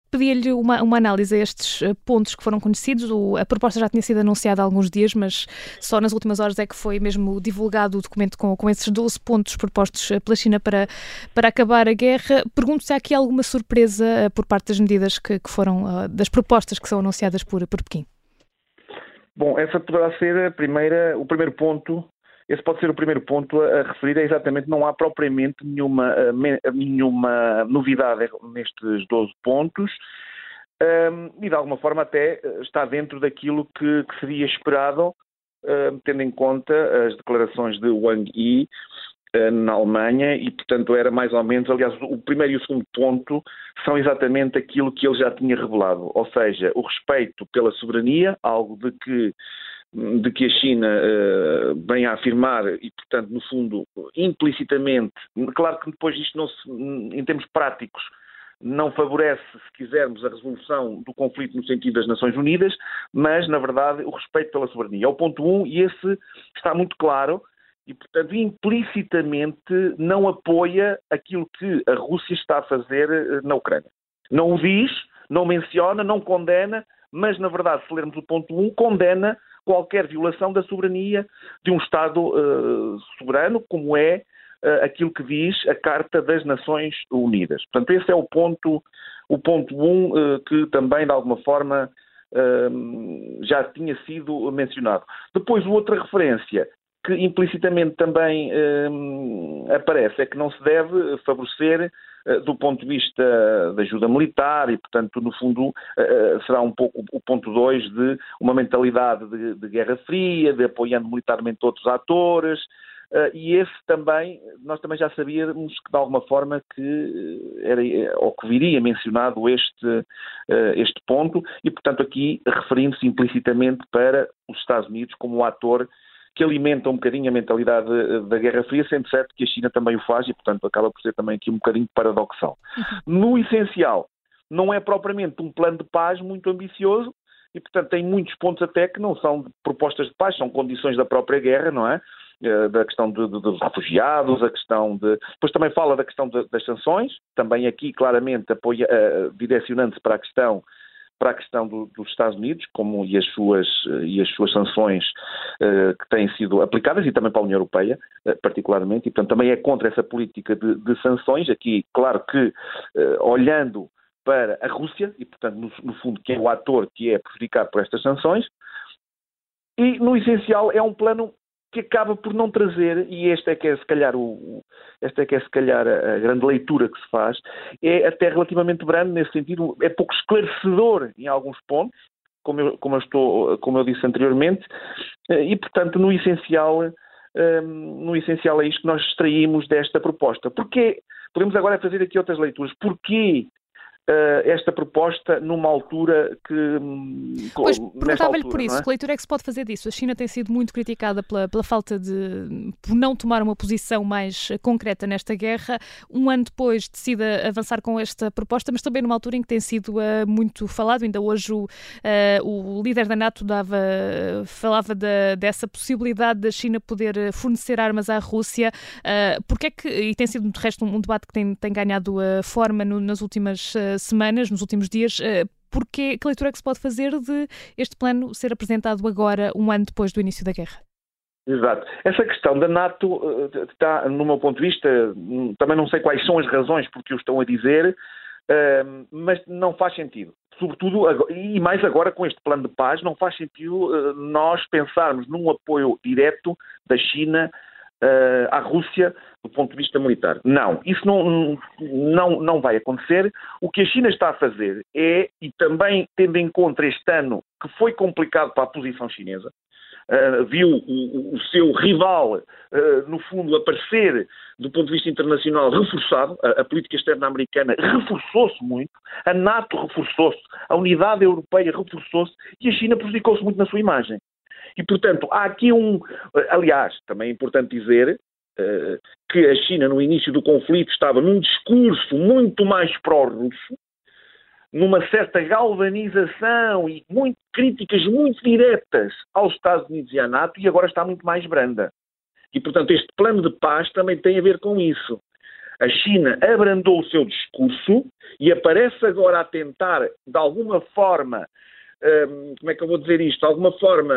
pedia-lhe uma análise a estes pontos que foram conhecidos. A proposta já tinha sido anunciada há alguns dias, mas só nas últimas horas é que foi mesmo divulgado o documento com esses 12 pontos propostos pela China para acabar a guerra. Pergunto se há aqui alguma surpresa por parte das medidas que foram, das propostas que são anunciadas por Pequim. Bom, essa poderá ser o primeiro ponto. Esse pode ser o primeiro ponto a referir, é exatamente, não há propriamente nenhuma novidade nestes 12 pontos e de alguma forma até está dentro daquilo que seria esperado, tendo em conta as declarações de Wang Yi na Alemanha e, portanto, era mais ou menos, aliás, o primeiro e o segundo ponto são exatamente aquilo que ele já tinha revelado, ou seja, o respeito pela soberania, algo de que a China vem a afirmar e, portanto, no fundo, implicitamente, claro que depois isto não em termos práticos, não favorece, se quisermos, a resolução do conflito no sentido das Nações Unidas, mas, na verdade, o respeito pela soberania. É o ponto 1 e esse está muito claro e, portanto, implicitamente não apoia aquilo que a Rússia está a fazer na Ucrânia. Não o diz, não menciona, não condena, mas, na verdade, se lermos o ponto 1, condena qualquer violação da soberania de um Estado soberano, como é aquilo que diz a Carta das Nações Unidas. Portanto, esse é o ponto 1 que também, de alguma forma, já tinha sido mencionado. Depois, outra referência que implicitamente também aparece é que não se deve favorecer do ponto de vista da ajuda militar e, portanto, no fundo, será um pouco o ponto 2 de uma mentalidade de Guerra Fria, de apoiando militarmente outros atores, e esse também, nós também já sabíamos que de alguma forma que era, ou que viria mencionado este ponto, e, portanto, aqui referindo-se implicitamente para os Estados Unidos como o ator que alimenta um bocadinho a mentalidade da Guerra Fria, sendo certo que a China também o faz e, portanto, acaba por ser também aqui um bocadinho paradoxal. No essencial, não é propriamente um plano de paz muito ambicioso e, portanto, tem muitos pontos até que não são propostas de paz, são condições da própria guerra, não é? Da questão dos refugiados, a questão de... Depois também fala da questão das sanções, também aqui claramente direcionando-se para a questão dos Estados Unidos, como e as suas sanções que têm sido aplicadas, e também para a União Europeia, particularmente, e portanto também é contra essa política de sanções, aqui, claro que olhando para a Rússia, e portanto no fundo que é o ator que é prejudicado por estas sanções, e no essencial é um plano que acaba por não trazer, e esta é que é se calhar a grande leitura que se faz, é até relativamente brando nesse sentido, é pouco esclarecedor em alguns pontos, como eu disse anteriormente, e portanto no essencial é isto que nós extraímos desta proposta. Porquê? Podemos agora fazer aqui outras leituras. Porquê esta proposta numa altura que... Pois, perguntava-lhe por isso, que leitura é que se pode fazer disso? A China tem sido muito criticada pela falta por não tomar uma posição mais concreta nesta guerra. Um ano depois decide avançar com esta proposta, mas também numa altura em que tem sido muito falado. Ainda hoje o líder da NATO falava dessa possibilidade da China poder fornecer armas à Rússia. E tem sido, de resto, um debate que tem ganhado forma nas últimas semanas, nos últimos dias. Que leitura é que se pode fazer de este plano ser apresentado agora, um ano depois do início da guerra? Exato. Essa questão da NATO está, no meu ponto de vista, também não sei quais são as razões porque o estão a dizer, mas não faz sentido. Sobretudo, e mais agora com este plano de paz, não faz sentido nós pensarmos num apoio direto da China à Rússia do ponto de vista militar. Não, isso não vai acontecer. O que a China está a fazer é, e também tendo em conta este ano que foi complicado para a posição chinesa, viu o seu rival, no fundo, aparecer do ponto de vista internacional reforçado, a política externa americana reforçou-se muito, a NATO reforçou-se, a unidade europeia reforçou-se e a China prejudicou-se muito na sua imagem. E, portanto, há aqui aliás, também é importante dizer que a China, no início do conflito, estava num discurso muito mais pró-russo, numa certa galvanização e críticas muito diretas aos Estados Unidos e à NATO, e agora está muito mais branda. E, portanto, este plano de paz também tem a ver com isso. A China abrandou o seu discurso e aparece agora a tentar, de alguma forma, como é que eu vou dizer isto? De alguma forma,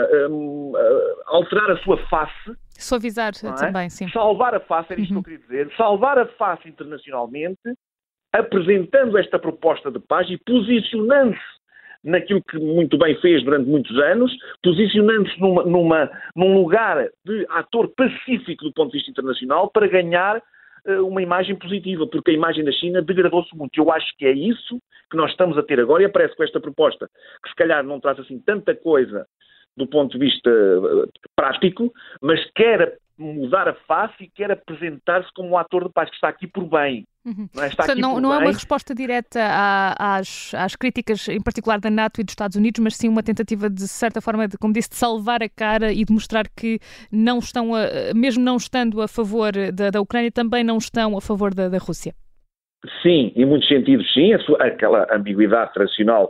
alterar a sua face. Suavizar também, sim. Salvar a face, era isto que eu queria dizer. Salvar a face internacionalmente, apresentando esta proposta de paz e posicionando-se naquilo que muito bem fez durante muitos anos, posicionando-se num lugar de ator pacífico do ponto de vista internacional para ganhar uma imagem positiva, porque a imagem da China degradou-se muito. Eu acho que é isso que nós estamos a ter agora e aparece com esta proposta, que se calhar não traz assim tanta coisa do ponto de vista prático, mas quer mudar a face e quer apresentar-se como um ator de paz, que está aqui por bem. Não é uma resposta direta às críticas, em particular da NATO e dos Estados Unidos, mas sim uma tentativa de certa forma, como disse, de salvar a cara e de mostrar que não estão, mesmo não estando a favor da Ucrânia, também não estão a favor da Rússia. Sim, em muitos sentidos sim, aquela ambiguidade tradicional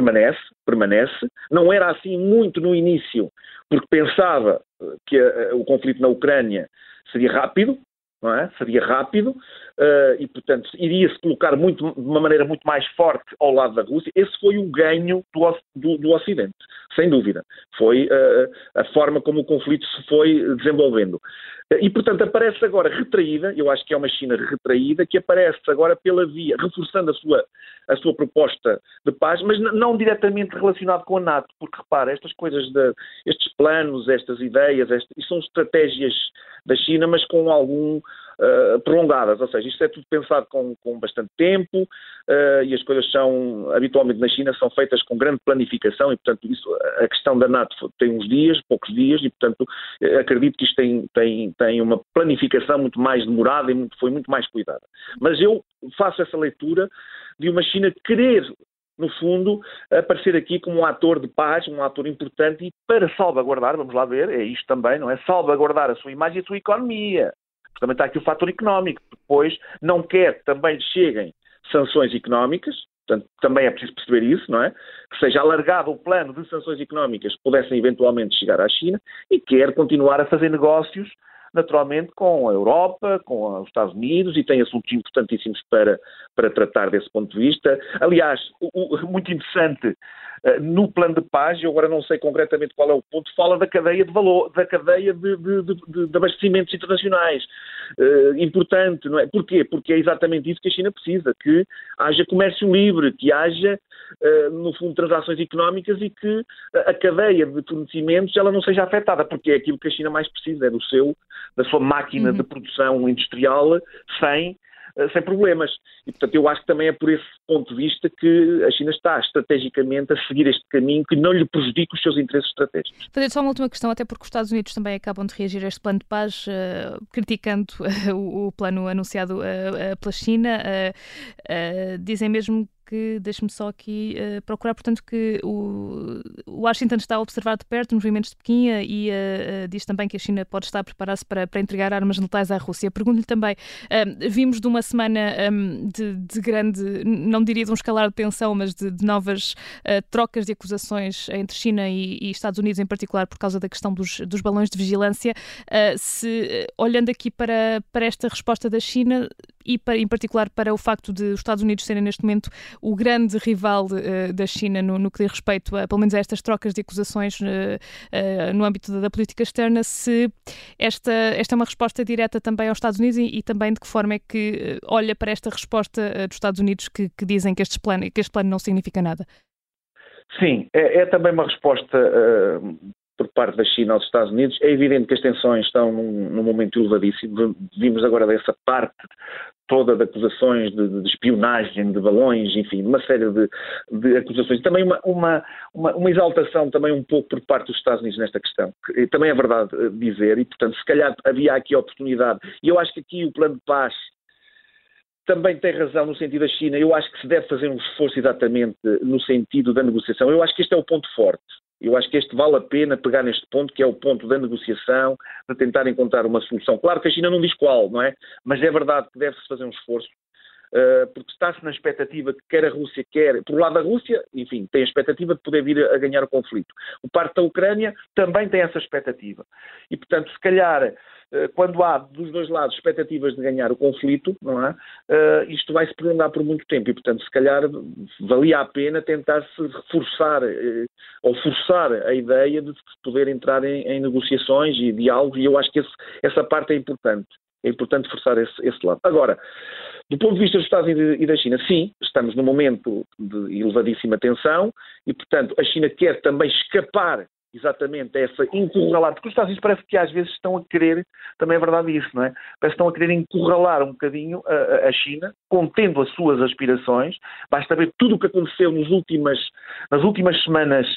permanece. Não era assim muito no início, porque pensava que o conflito na Ucrânia seria rápido, não é? Seria rápido e, portanto, iria-se colocar de uma maneira muito mais forte ao lado da Rússia. Esse foi o ganho do Ocidente, sem dúvida. Foi a forma como o conflito se foi desenvolvendo. E, portanto, aparece agora retraída, eu acho que é uma China retraída, que aparece agora pela via, reforçando a sua proposta de paz, mas não diretamente relacionado com a NATO, porque, repara, estas coisas, estes planos, estas ideias, são estratégias da China, mas com algum prolongadas, ou seja, isto é tudo pensado com bastante tempo e as coisas são, habitualmente na China, são feitas com grande planificação e, portanto, a questão da NATO tem uns dias, poucos dias, e, portanto, acredito que isto tem uma planificação muito mais demorada e foi muito mais cuidada. Mas eu faço essa leitura de uma China querer, no fundo, aparecer aqui como um ator de paz, um ator importante e para salvaguardar, vamos lá ver, é isto também, não é? Salvaguardar a sua imagem e a sua economia. Também está aqui o fator económico. Depois, não quer que também cheguem sanções económicas, portanto, também é preciso perceber isso, não é? Que seja alargado o plano de sanções económicas que pudessem eventualmente chegar à China e quer continuar a fazer negócios, naturalmente, com a Europa, com os Estados Unidos e tem assuntos importantíssimos para tratar desse ponto de vista. Aliás, muito interessante, no plano de paz, eu agora não sei concretamente qual é o ponto, fala da cadeia de valor, da cadeia de abastecimentos internacionais. Importante, não é? Porquê? Porque é exatamente isso que a China precisa, que haja comércio livre, que haja, no fundo, transações económicas e que a cadeia de fornecimentos ela não seja afetada, porque é aquilo que a China mais precisa, é da sua máquina de produção industrial sem problemas. E, portanto, eu acho que também é por esse ponto de vista que a China está estrategicamente a seguir este caminho que não lhe prejudica os seus interesses estratégicos. Fazer só uma última questão, até porque os Estados Unidos também acabam de reagir a este plano de paz, criticando o plano anunciado pela China. Dizem mesmo que, deixe-me só aqui procurar, portanto, que o Washington está a observar de perto os movimentos de Pequim e diz também que a China pode estar a preparar-se para entregar armas letais à Rússia. Pergunto-lhe também, vimos de uma semana de grande, não diria de um escalar de tensão, mas de novas trocas de acusações entre China e Estados Unidos, em particular por causa da questão dos balões de vigilância. Olhando aqui para esta resposta da China e em particular para o facto de os Estados Unidos serem neste momento o grande rival da China no que diz respeito pelo menos a estas trocas de acusações no âmbito da política externa, se esta é uma resposta direta também aos Estados Unidos e também de que forma é que olha para esta resposta dos Estados Unidos que dizem que este plano não significa nada? Sim, é também uma resposta por parte da China aos Estados Unidos. É evidente que as tensões estão num momento elevadíssimo. Vimos agora dessa parte toda de acusações de espionagem, de balões, enfim, uma série de acusações. Também uma exaltação também um pouco por parte dos Estados Unidos nesta questão. Que também é verdade dizer, e portanto se calhar havia aqui oportunidade. E eu acho que aqui o plano de paz também tem razão no sentido da China. Eu acho que se deve fazer um esforço exatamente no sentido da negociação. Eu acho que este é o ponto forte. Eu acho que vale a pena pegar neste ponto, que é o ponto da negociação, de tentar encontrar uma solução. Claro que a China não diz qual, não é? Mas é verdade que deve-se fazer um esforço porque está-se na expectativa que quer a Rússia, quer... Por lado da Rússia, enfim, tem a expectativa de poder vir a ganhar o conflito. O parte da Ucrânia também tem essa expectativa. E, portanto, se calhar, quando há dos dois lados expectativas de ganhar o conflito, não é? Isto vai se prolongar por muito tempo e, portanto, se calhar valia a pena tentar-se reforçar ou forçar a ideia de poder entrar em negociações e diálogos, e eu acho que essa parte é importante. É importante forçar esse lado. Agora, do ponto de vista dos Estados Unidos e da China, sim, estamos num momento de elevadíssima tensão e, portanto, a China quer também escapar exatamente a essa encurralar, porque os Estados Unidos parece que às vezes estão a querer, também é verdade isso, não é? Parece que estão a querer encurralar um bocadinho a China, contendo as suas aspirações. Basta ver tudo o que aconteceu nas últimas semanas,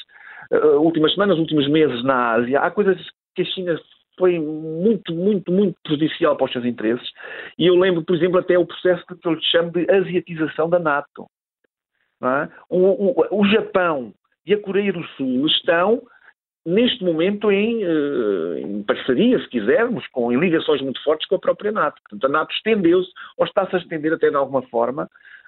últimos meses na Ásia. Há coisas que a China foi muito, muito, muito prejudicial para os seus interesses. E eu lembro, por exemplo, até o processo que eu lhe chamo de asiatização da NATO. Não é? O Japão e a Coreia do Sul estão, neste momento, em parceria, se quisermos, em ligações muito fortes com a própria NATO. Portanto, a NATO estendeu-se, ou está-se a estender até de alguma forma,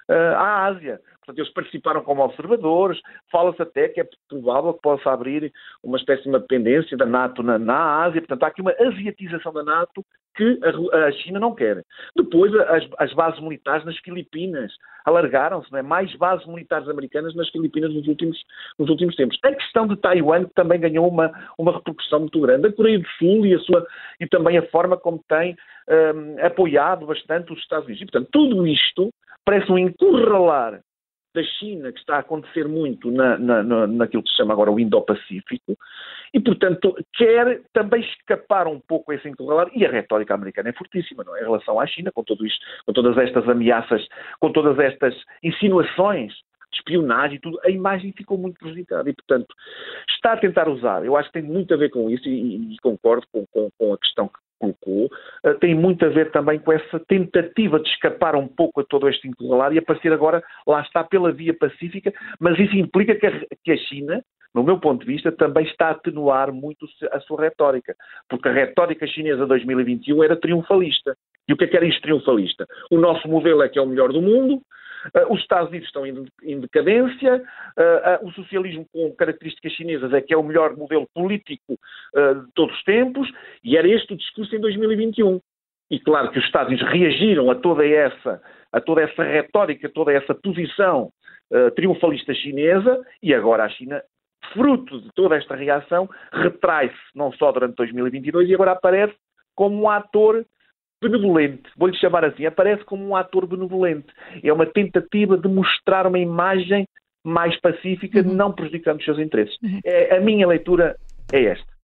à Ásia. Portanto, eles participaram como observadores, fala-se até que é provável que possa abrir uma espécie de uma dependência da NATO na Ásia. Portanto, há aqui uma asiatização da NATO que a China não quer. Depois, as bases militares nas Filipinas alargaram-se, não é? Mais bases militares americanas nas Filipinas nos últimos tempos. A questão de Taiwan também ganhou uma repercussão muito grande. A Coreia do Sul e também a forma como tem apoiado bastante os Estados Unidos. E, portanto, tudo isto parece um encurralar da China, que está a acontecer muito naquilo que se chama agora o Indo-Pacífico, e, portanto, quer também escapar um pouco a esse encurralar, e a retórica americana é fortíssima, não é? Em relação à China, com tudo isto, com todas estas ameaças, com todas estas insinuações de espionagem e tudo, a imagem ficou muito prejudicada, e, portanto, está a tentar usar, eu acho que tem muito a ver com isso, e concordo com a questão que colocou, tem muito a ver também com essa tentativa de escapar um pouco a todo este encurralar e aparecer agora, lá está, pela via pacífica, mas isso implica que a China, no meu ponto de vista, também está a atenuar muito a sua retórica, porque a retórica chinesa de 2021 era triunfalista. E o que era isto triunfalista? O nosso modelo é que é o melhor do mundo, os Estados Unidos estão em decadência, o socialismo com características chinesas é que é o melhor modelo político de todos os tempos, e era este o discurso em 2021. E claro que os Estados Unidos reagiram a toda essa retórica, toda essa posição triunfalista chinesa, e agora a China, fruto de toda esta reação, retrai-se não só durante 2022 e agora aparece como um ator benevolente, vou-lhe chamar assim, aparece como um ator benevolente. É uma tentativa de mostrar uma imagem mais pacífica, não prejudicando os seus interesses. A minha leitura é esta.